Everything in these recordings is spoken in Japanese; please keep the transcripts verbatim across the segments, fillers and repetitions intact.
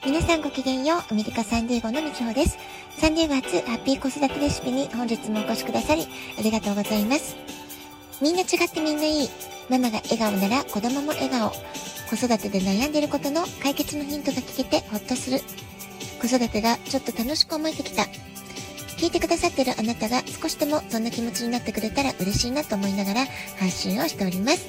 皆さんごきげんよう。アメリカサンディエゴのみちほです。サンディエゴ初ハッピー子育てレシピに本日もお越しくださりありがとうございます。みんな違ってみんないい。ママが笑顔なら子供も笑顔。子育てで悩んでいることの解決のヒントが聞けてほっとする。子育てがちょっと楽しく思えてきた。聞いてくださっているあなたが少しでもそんな気持ちになってくれたら嬉しいなと思いながら配信をしております。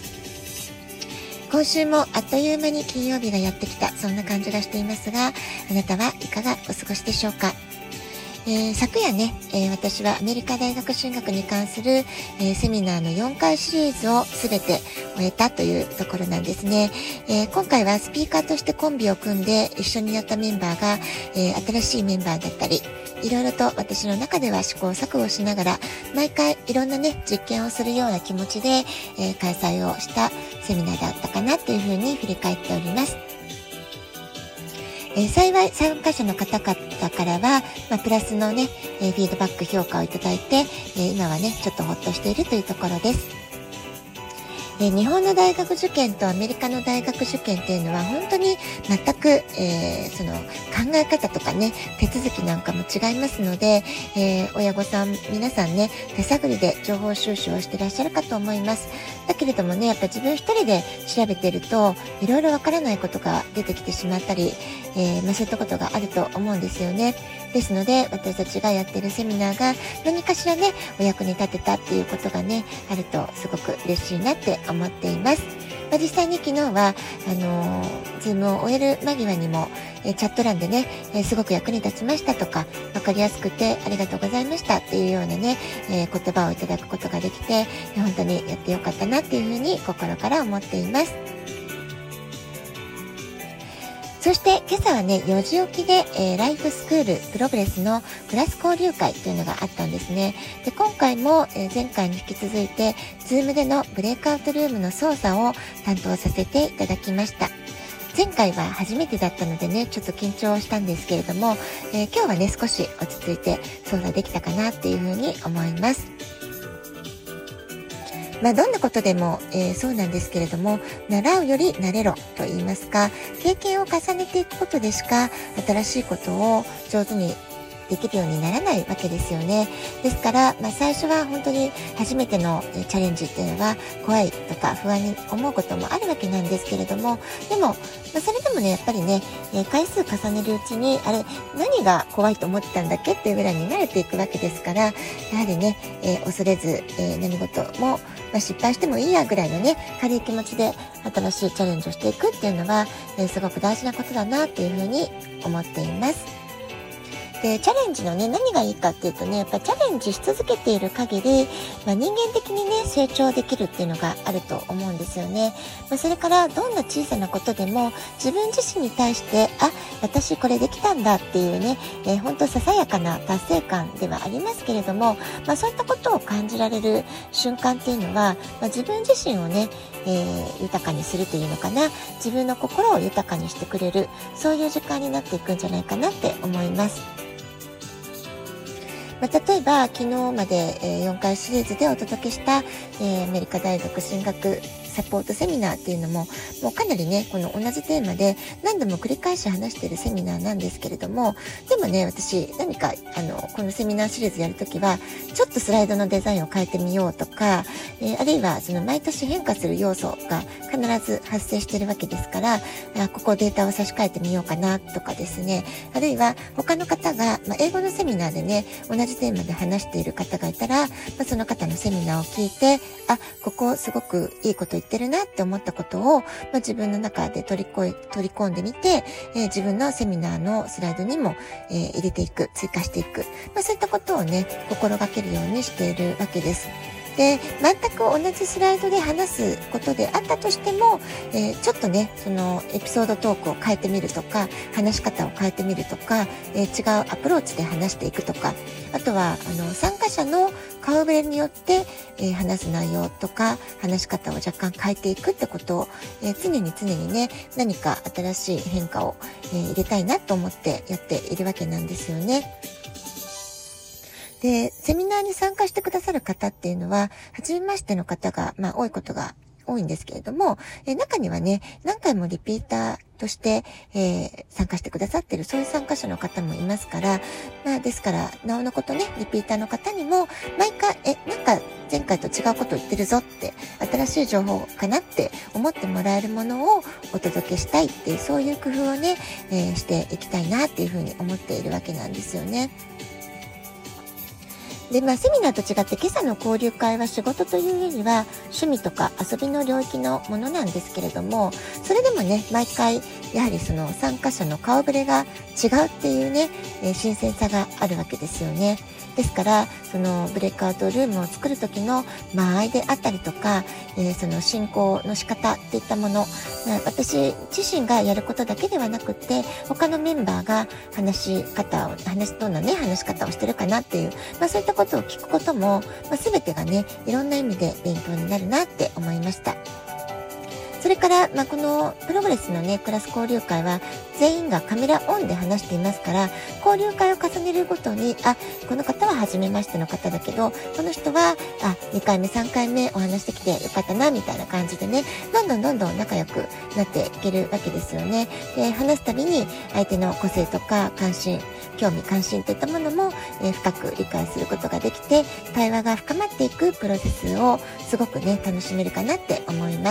今週もあっという間に金曜日がやってきた、そんな感じがしていますが、あなたはいかがお過ごしでしょうか。えー、昨夜ね、えー、私はアメリカ大学進学に関する、えー、セミナーのよんかいシリーズをすべて終えたというところなんですね。えー、今回はスピーカーとしてコンビを組んで一緒にやったメンバーが、えー、新しいメンバーだったり、いろいろと私の中では試行錯誤しながら毎回いろんなね実験をするような気持ちで、えー、開催をしたセミナーだったかなというふうに振り返っております。えー、幸い参加者の方々からは、まあ、プラスのね、えー、フィードバック評価をいただいて、えー、今はねちょっとほっとしているというところです。えー、日本の大学受験とアメリカの大学受験っていうのは本当に全く、えー、その考え方とかね手続きなんかも違いますので、えー、親御さん皆さんね手探りで情報収集をしていらっしゃるかと思います。だけれどもねやっぱ自分一人で調べているといろいろわからないことが出てきてしまったり、えーまあ、そういったことがあると思うんですよね。ですので私たちがやっているセミナーが何かしらねお役に立てたっていうことがねあるとすごく嬉しいなって思っています。まあ、実際に昨日はあのー、ズームを終える間際にも、えー、チャット欄でね、えー、すごく役に立ちましたとか分かりやすくてありがとうございましたっていうようなね、えー、言葉をいただくことができて本当にやってよかったなっていうふうに心から思っています。そして今朝はねよじ起きで、えー、ライフスクールプログレスのクラス交流会というのがあったんですね。で今回も、えー、前回に引き続いて Zoom でのブレイクアウトルームの操作を担当させていただきました。前回は初めてだったのでねちょっと緊張したんですけれども、えー、今日はね少し落ち着いて操作できたかなっていうふうに思います。まあ、どんなことでも、えー、そうなんですけれども習うより慣れろと言いますか経験を重ねていくことでしか新しいことを上手にできるようにならないわけですよね。ですから、まあ、最初は本当に初めてのチャレンジっていうのは怖いとか不安に思うこともあるわけなんですけれどもでも、まあ、それでもねやっぱりね回数重ねるうちにあれ何が怖いと思ってたんだっけっていうぐらいに慣れていくわけですからやはりね、えー、恐れず、えー、何事も、まあ、失敗してもいいやぐらいのね軽い気持ちで新しいチャレンジをしていくっていうのは、えー、すごく大事なことだなっていうふうに思っています。でチャレンジのね何がいいかっていうとねやっぱチャレンジし続けている限り、まあ、人間的にね成長できるっていうのがあると思うんですよね。まあ、それからどんな小さなことでも自分自身に対してあ私これできたんだっていうね、えー、本当ささやかな達成感ではありますけれども、まあ、そういったことを感じられる瞬間っていうのは、まあ、自分自身をね、えー、豊かにするというのかな自分の心を豊かにしてくれるそういう時間になっていくんじゃないかなって思います。まあ、例えば昨日まで、えー、よんかいシリーズでお届けした、えー、アメリカ大学進学サポートセミナーっていうのももうかなりねこの同じテーマで何度も繰り返し話しているセミナーなんですけれどもでもね私何かあのこのセミナーシリーズやるときはちょっとスライドのデザインを変えてみようとか、えー、あるいはその毎年変化する要素が必ず発生しているわけですからあここデータを差し替えてみようかなとかですねあるいは他の方が、まあ、英語のセミナーでね同じテーマで話している方がいたら、まあ、その方のセミナーを聞いてあここすごくいいこと言ってるなって思ったことを、まあ、自分の中で取りこえ取り込んでみて、えー、自分のセミナーのスライドにも、えー、入れていく追加していく、まあ、そういったことをね心がけるようにしているわけです。で全く同じスライドで話すことであったとしても、えー、ちょっとねそのエピソードトークを変えてみるとか話し方を変えてみるとか、えー、違うアプローチで話していくとかあとはあの参加者の顔ぶれによって、えー、話す内容とか話し方を若干変えていくってことを、えー、常に常にね何か新しい変化を、えー、入れたいなと思ってやっているわけなんですよね。でセミナーに参加してくださる方っていうのは初めましての方が、まあ、多いことが多いんですけれども、えー、中にはね、何回もリピーターとして、えー、参加してくださってる、そういう参加者の方もいますから、まあですから、なおのことね、リピーターの方にも、毎回、え、なんか前回と違うこと言ってるぞって、新しい情報かなって思ってもらえるものをお届けしたいっていう、そういう工夫をね、えー、していきたいなっていうふうに思っているわけなんですよね。で、まあ、セミナーと違って今朝の交流会は仕事というよりは趣味とか遊びの領域のものなんですけれども、それでもね、毎回やはりその参加者の顔ぶれが違うっていうね、えー、新鮮さがあるわけですよね。ですから、そのブレイクアウトルームを作る時の間合いであったりとか、えー、その進行の仕方っていったもの、まあ、私自身がやることだけではなくて、他のメンバーが話し方を、話どんなね、話し方をしてるかなっていう、まあそういったことを聞くことも、まあ、全てがね、いろんな意味で勉強になるなって思いました。それから、まあ、このプログレスのね、クラス交流会は全員がカメラオンで話していますから、交流会を重ねるごとに、あ、この方は初めましての方だけど、この人は、あ、にかいめ、さんかいめお話してきてよかったな、みたいな感じでね、どんどんどんどん仲良くなっていけるわけですよね。で、話すたびに相手の個性とか関心、興味関心といったものも、えー、深く理解することができて、対話が深まっていくプロセスをすごくね、楽しめるかなって思います。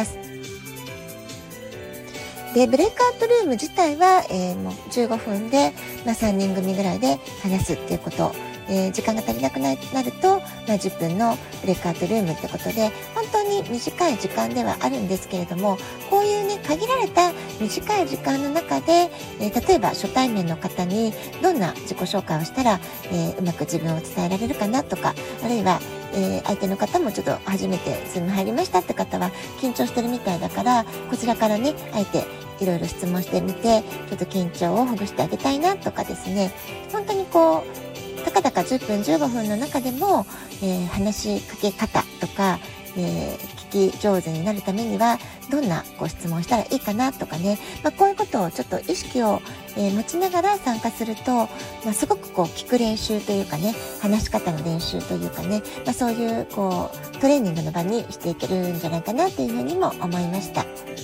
で、ブレイクアウトルーム自体は、えー、もうじゅうごふんで、まあ、さんにん組ぐらいで話すっていうこと、えー、時間が足りなくなると、まあ、じゅっぷんのブレイクアウトルームってことで、本当に短い時間ではあるんですけれども、こういうね、限られた短い時間の中で、えー、例えば初対面の方にどんな自己紹介をしたら、えー、うまく自分を伝えられるかなとか、あるいはえー、相手の方もちょっと初めてズーム入りましたって方は緊張してるみたいだから、こちらからね、あえていろいろ質問してみて、ちょっと緊張をほぐしてあげたいなとかですね、本当にこう、たかだかじゅっぷんじゅうごふんの中でも、えー、話しかけ方とか、えー、聞き上手になるためにはどんなこう質問したらいいかなとかね、まあ、こういうことをちょっと意識を、えー、持ちながら参加すると、まあ、すごくこう聞く練習というかね、話し方の練習というかね、まあ、そういうこうトレーニングの場にしていけるんじゃないかなというふうにも思いました。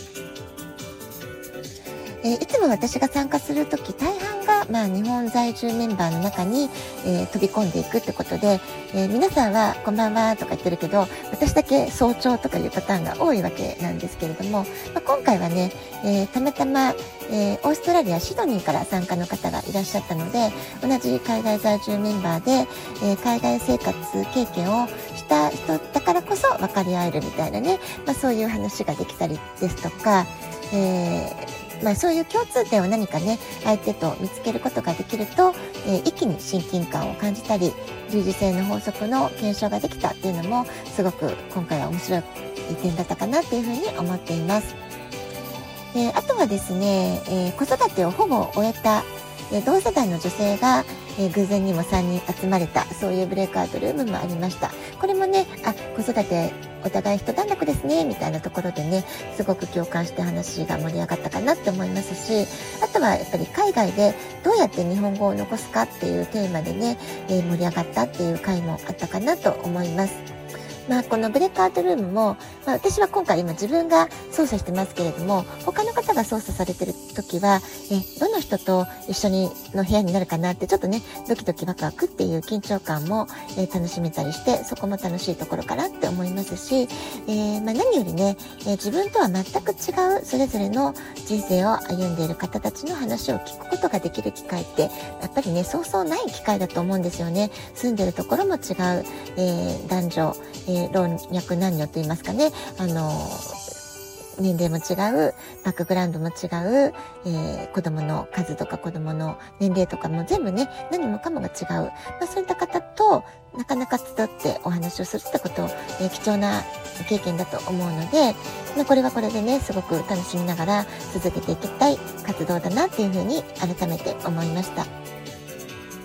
えー、いつも私が参加するとき大半が、まあ、日本在住メンバーの中に、えー、飛び込んでいくってことで、えー、皆さんはこんばんはとか言ってるけど、私だけ早朝とかいうパターンが多いわけなんですけれども、まあ、今回はね、えー、たまたま、えー、オーストラリアシドニーから参加の方がいらっしゃったので、同じ海外在住メンバーで、えー、海外生活経験をした人だからこそ分かり合えるみたいなね、まあ、そういう話ができたりですとか、えーまあ、そういう共通点を何かね、相手と見つけることができると、えー、一気に親近感を感じたり、十字性の法則の検証ができたっていうのも、すごく今回は面白い点だったかなっていうふうに思っています。えー、あとはですね、えー、子育てをほぼ終えた、えー、同世代の女性が、えー、偶然にもさんにん集まれた、そういうブレイクアウトルームもありました。これもね、あ、子育てお互い一段落ですねみたいなところでね、すごく共感して話が盛り上がったかなって思いますし、あとはやっぱり海外でどうやって日本語を残すかっていうテーマでね、えー、盛り上がったっていう回もあったかなと思います。まあ、このブレイクアウトルームも、まあ、私は今回今自分が操作してますけれども、他の方が操作されてる時は、え、どの人と一緒にの部屋になるかなってちょっとね、ドキドキワクワクっていう緊張感も、えー、楽しめたりして、そこも楽しいところかなって思いますし、えー、まあ、何よりね、えー、自分とは全く違うそれぞれの人生を歩んでいる方たちの話を聞くことができる機会って、やっぱりね、そうそうない機会だと思うんですよね。住んでるところも違う、えー、男女、えー、老若男女と言いますかね、あの年齢も違う、バックグラウンドも違う、えー、子供の数とか子供の年齢とかも全部ね、何もかもが違う、まあ、そういった方となかなか集ってお話をするってこと、えー、貴重な経験だと思うので、まあ、これはこれでね、すごく楽しみながら続けていきたい活動だなっていうふうに改めて思いました。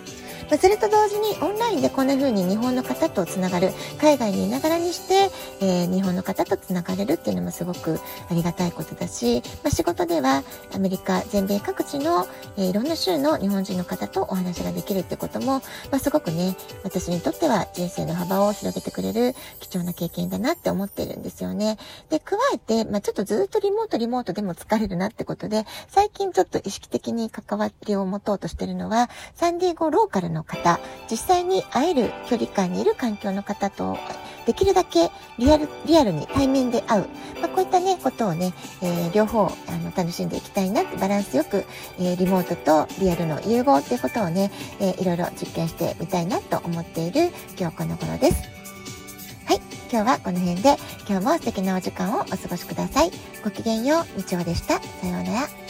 まあ、それと同時にオンラインでこんな風に日本の方とつながる、海外にいながらにして、えー、日本の方とつながれるっていうのもすごくありがたいことだし、まあ、仕事ではアメリカ全米各地の、えー、いろんな州の日本人の方とお話ができるってことも、まあ、すごくね、私にとっては人生の幅を広げてくれる貴重な経験だなって思っているんですよね。で、加えて、まあ、ちょっとずっとリモートリモートでも疲れるなってことで、最近ちょっと意識的に関わりを持とうとしているのは、サンディエゴローカルの方、実際に会える距離感にいる環境の方と、できるだけリアル、リアルに対面で会う。まあ、こういったね、ことをね、えー、両方、あの、楽しんでいきたいなって、バランスよく、えー、リモートとリアルの融合っていうことをね、えー、いろいろ実験してみたいなと思っている今日この頃です。はい、今日はこの辺で、今日も素敵なお時間をお過ごしください。ごきげんよう、みちおでした。さようなら。